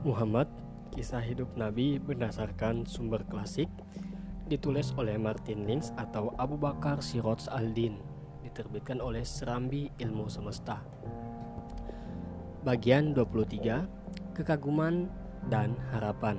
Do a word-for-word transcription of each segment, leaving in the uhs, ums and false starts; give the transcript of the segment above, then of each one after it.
Muhammad, kisah hidup Nabi berdasarkan sumber klasik, ditulis oleh Martin Lings atau Abu Bakar Siroj Al-Din, diterbitkan oleh Serambi Ilmu Semesta. Bagian dua puluh tiga, Kekaguman dan Harapan.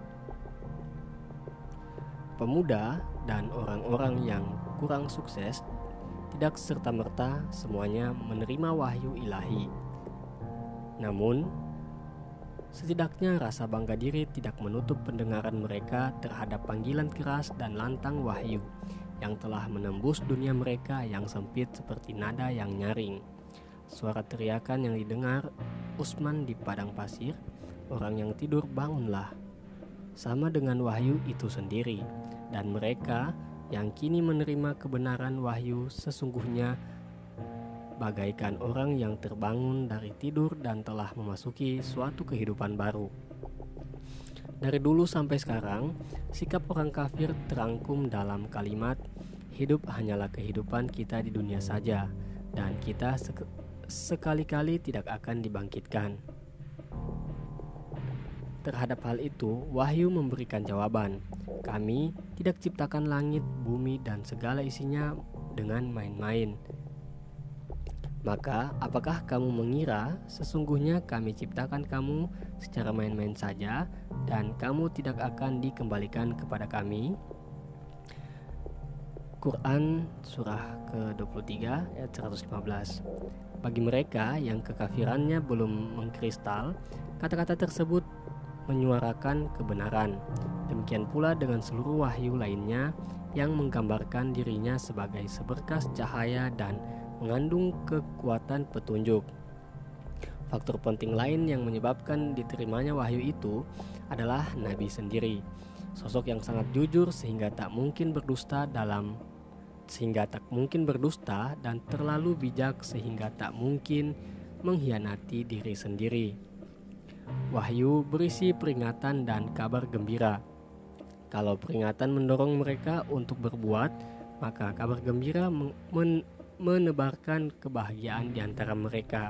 Pemuda dan orang-orang yang kurang sukses tidak serta-merta semuanya menerima wahyu ilahi. Namun, setidaknya rasa bangga diri tidak menutup pendengaran mereka terhadap panggilan keras dan lantang wahyu yang telah menembus dunia mereka yang sempit seperti nada yang nyaring. Suara teriakan yang didengar Utsman di padang pasir, orang yang tidur bangunlah, sama dengan wahyu itu sendiri. Dan mereka yang kini menerima kebenaran wahyu sesungguhnya bagaikan orang yang terbangun dari tidur dan telah memasuki suatu kehidupan baru. Dari dulu sampai sekarang, sikap orang kafir terangkum dalam kalimat, hidup hanyalah kehidupan kita di dunia saja, dan kita sek- sekali-kali tidak akan dibangkitkan. Terhadap hal itu, wahyu memberikan jawaban. Kami tidak ciptakan langit, bumi, dan segala isinya dengan main-main. Maka, apakah kamu mengira sesungguhnya kami ciptakan kamu secara main-main saja dan kamu tidak akan dikembalikan kepada kami? Quran surah ke dua puluh tiga ayat seratus lima belas. Bagi mereka yang kekafirannya belum mengkristal, kata-kata tersebut menyuarakan kebenaran. Demikian pula dengan seluruh wahyu lainnya yang menggambarkan dirinya sebagai seberkas cahaya dan mengandung kekuatan petunjuk. Faktor penting lain yang menyebabkan diterimanya wahyu itu adalah Nabi sendiri, sosok yang sangat jujur sehingga tak mungkin berdusta dalam sehingga tak mungkin berdusta dan terlalu bijak sehingga tak mungkin mengkhianati diri sendiri. Wahyu berisi peringatan dan kabar gembira. Kalau peringatan mendorong mereka untuk berbuat, maka kabar gembira men- menebarkan kebahagiaan di antara mereka.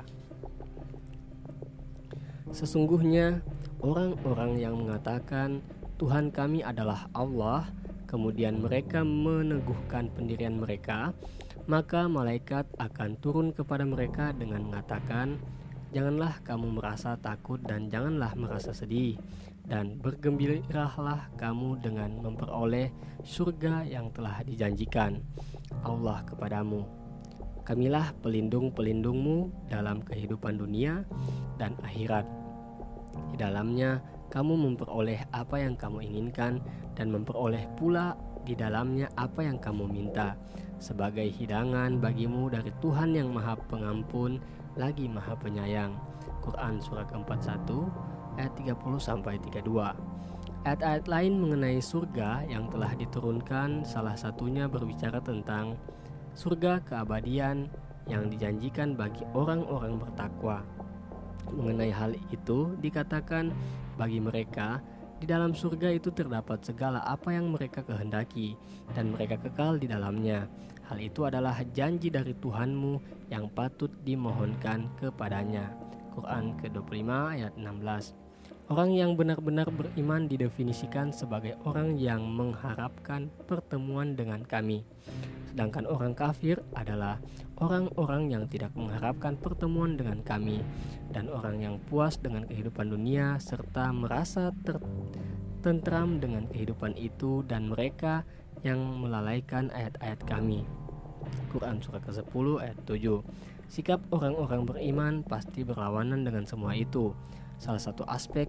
Sesungguhnya orang-orang yang mengatakan Tuhan kami adalah Allah, kemudian mereka meneguhkan pendirian mereka, maka malaikat akan turun kepada mereka dengan mengatakan, janganlah kamu merasa takut dan janganlah merasa sedih, dan bergembiralah kamu dengan memperoleh surga yang telah dijanjikan Allah kepadamu. Kamilah pelindung-pelindungmu dalam kehidupan dunia dan akhirat. Di dalamnya kamu memperoleh apa yang kamu inginkan dan memperoleh pula di dalamnya apa yang kamu minta sebagai hidangan bagimu dari Tuhan yang Maha Pengampun lagi Maha Penyayang. Quran surah ke empat puluh satu ayat tiga puluh sampai tiga puluh dua. Ayat-ayat lain mengenai surga yang telah diturunkan salah satunya berbicara tentang surga keabadian yang dijanjikan bagi orang-orang bertakwa. Mengenai hal itu dikatakan bagi mereka di dalam surga itu terdapat segala apa yang mereka kehendaki dan mereka kekal di dalamnya. Hal itu adalah janji dari Tuhanmu yang patut dimohonkan kepadanya. Quran ke dua puluh lima ayat enam belas. Orang yang benar-benar beriman didefinisikan sebagai orang yang mengharapkan pertemuan dengan kami. Sedangkan orang kafir adalah orang-orang yang tidak mengharapkan pertemuan dengan kami dan orang yang puas dengan kehidupan dunia serta merasa ter- tentram dengan kehidupan itu dan mereka yang melalaikan ayat-ayat kami. Quran surah ke sepuluh ayat tujuh. Sikap orang-orang beriman pasti berlawanan dengan semua itu. Salah satu aspek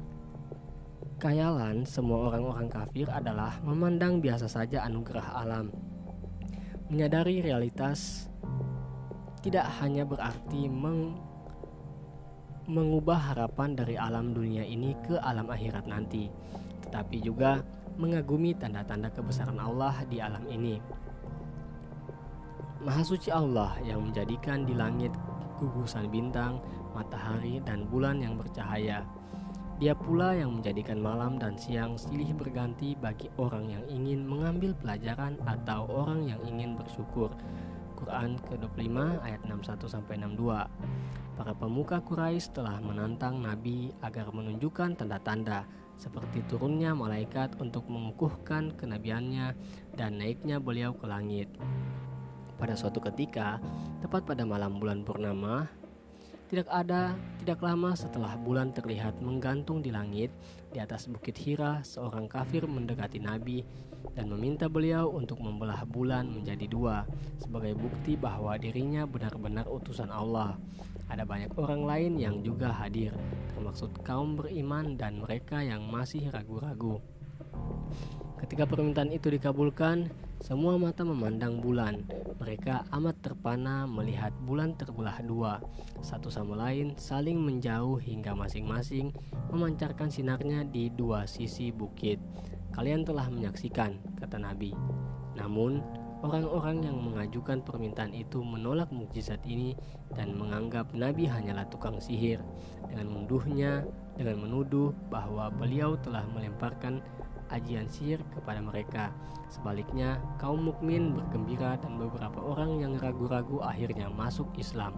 khayalan semua orang-orang kafir adalah memandang biasa saja anugerah alam. Menyadari realitas tidak hanya berarti meng- mengubah harapan dari alam dunia ini ke alam akhirat nanti, tetapi juga mengagumi tanda-tanda kebesaran Allah di alam ini. Maha suci Allah yang menjadikan di langit gugusan bintang, matahari, dan bulan yang bercahaya. Dia pula yang menjadikan malam dan siang silih berganti bagi orang yang ingin mengambil pelajaran atau orang yang ingin bersyukur. Quran ke dua puluh lima ayat enam puluh satu sampai enam puluh dua. Para pemuka Quraisy telah menantang Nabi agar menunjukkan tanda-tanda seperti turunnya malaikat untuk mengukuhkan kenabiannya dan naiknya beliau ke langit. Pada suatu ketika, tepat pada malam bulan purnama, tidak ada, tidak lama setelah bulan terlihat menggantung di langit, di atas bukit Hira, seorang kafir mendekati Nabi dan meminta beliau untuk membelah bulan menjadi dua, sebagai bukti bahwa dirinya benar-benar utusan Allah. Ada banyak orang lain yang juga hadir, termasuk kaum beriman dan mereka yang masih ragu-ragu. Ketika permintaan itu dikabulkan, semua mata memandang bulan. Mereka amat terpana melihat bulan terbelah dua, satu sama lain saling menjauh hingga masing-masing memancarkan sinarnya di dua sisi bukit. Kalian telah menyaksikan, kata Nabi. Namun, orang-orang yang mengajukan permintaan itu menolak mukjizat ini dan menganggap Nabi hanyalah tukang sihir, dengan menuduhnya, dengan menuduh bahwa beliau telah melemparkan ajian sihir kepada mereka. Sebaliknya, kaum mukmin bergembira dan beberapa orang yang ragu-ragu akhirnya masuk Islam.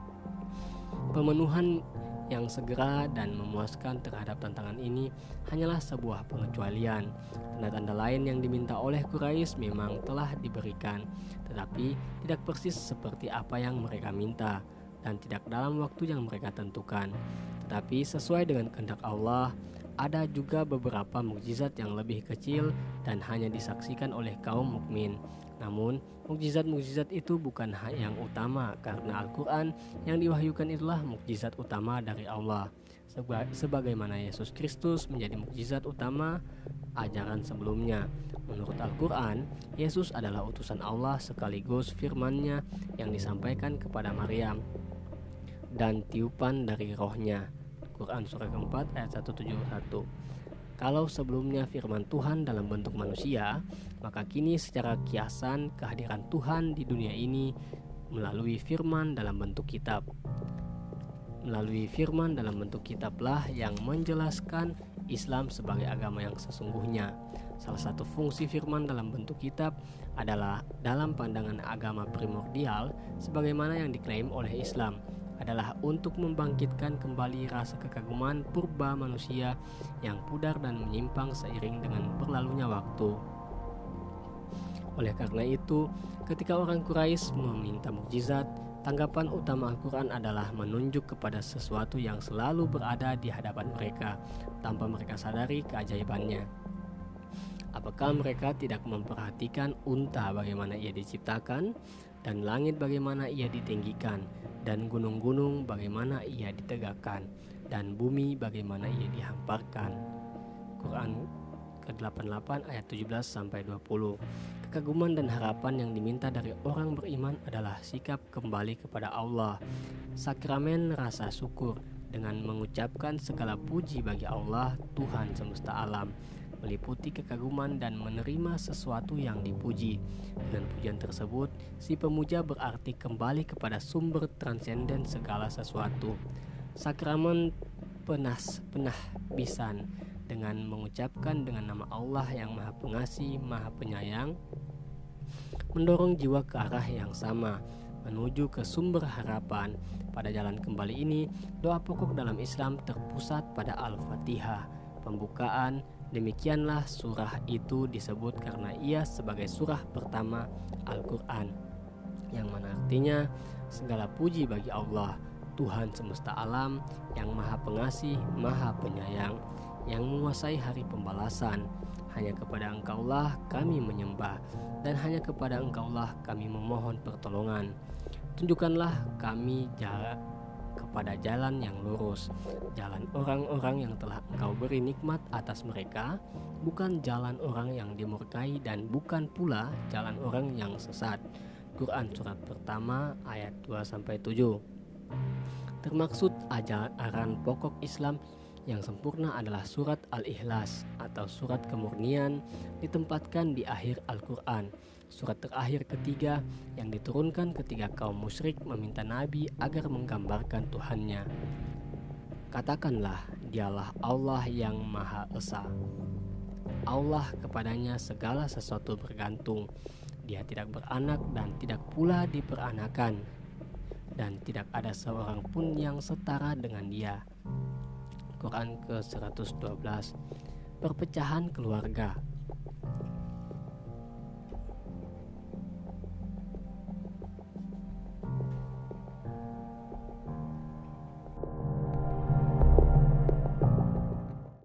Pemenuhan yang segera dan memuaskan terhadap tantangan ini hanyalah sebuah pengecualian. Tanda-tanda lain yang diminta oleh Quraisy memang telah diberikan, tetapi tidak persis seperti apa yang mereka minta dan tidak dalam waktu yang mereka tentukan. Tetapi sesuai dengan kehendak Allah, ada juga beberapa mukjizat yang lebih kecil dan hanya disaksikan oleh kaum mukmin. Namun, mukjizat-mukjizat itu bukan yang utama karena Al-Quran yang diwahyukan itulah mukjizat utama dari Allah. Seba- sebagaimana Yesus Kristus menjadi mukjizat utama ajaran sebelumnya. Menurut Al-Quran, Yesus adalah utusan Allah sekaligus firman-Nya yang disampaikan kepada Maryam dan tiupan dari rohnya. Quran surah keempat ayat seratus tujuh puluh satu. Kalau sebelumnya firman Tuhan dalam bentuk manusia, maka kini secara kiasan kehadiran Tuhan di dunia ini melalui firman dalam bentuk kitab. Melalui firman dalam bentuk kitablah yang menjelaskan Islam sebagai agama yang sesungguhnya. Salah satu fungsi firman dalam bentuk kitab adalah dalam pandangan agama primordial sebagaimana yang diklaim oleh Islam, adalah untuk membangkitkan kembali rasa kekaguman purba manusia yang pudar dan menyimpang seiring dengan berlalunya waktu. Oleh karena itu, ketika orang Quraisy meminta mukjizat, tanggapan utama Al-Quran adalah menunjuk kepada sesuatu yang selalu berada di hadapan mereka tanpa mereka sadari keajaibannya. Apakah mereka tidak memperhatikan unta bagaimana ia diciptakan, dan langit bagaimana ia ditinggikan, dan gunung-gunung bagaimana ia ditegakkan, dan bumi bagaimana ia dihamparkan? Quran ke delapan puluh delapan ayat tujuh belas sampai dua puluh. Kekaguman dan harapan yang diminta dari orang beriman adalah sikap kembali kepada Allah. Sakramen rasa syukur dengan mengucapkan segala puji bagi Allah, Tuhan semesta alam, meliputi kekaguman dan menerima sesuatu yang dipuji. Dengan pujian tersebut, si pemuja berarti kembali kepada sumber transenden segala sesuatu. Sakramen penas penahbisan dengan mengucapkan dengan nama Allah yang Maha Pengasih, Maha Penyayang, mendorong jiwa ke arah yang sama, menuju ke sumber harapan. Pada jalan kembali ini, doa pokok dalam Islam terpusat pada Al-Fatihah, pembukaan. Demikianlah surah itu disebut karena ia sebagai surah pertama Al-Quran, yang mana artinya segala puji bagi Allah, Tuhan semesta alam, yang Maha Pengasih, Maha Penyayang, yang menguasai hari pembalasan. Hanya kepada Engkaulah kami menyembah, dan hanya kepada Engkaulah kami memohon pertolongan. Tunjukkanlah kami jalan kepada jalan yang lurus, jalan orang-orang yang telah Engkau beri nikmat atas mereka, bukan jalan orang yang dimurkai dan bukan pula jalan orang yang sesat. Quran surat pertama ayat dua sampai tujuh. Termaksud ajaran pokok Islam yang sempurna adalah surat Al-Ikhlas atau surat kemurnian, ditempatkan di akhir Al-Quran, surat terakhir ketiga yang diturunkan ketika kaum musyrik meminta Nabi agar menggambarkan Tuhannya. Katakanlah, dialah Allah yang Maha Esa. Allah kepadanya segala sesuatu bergantung. Dia tidak beranak dan tidak pula diperanakan, dan tidak ada seorang pun yang setara dengan dia. Quran ke seratus dua belas. Perpecahan keluarga.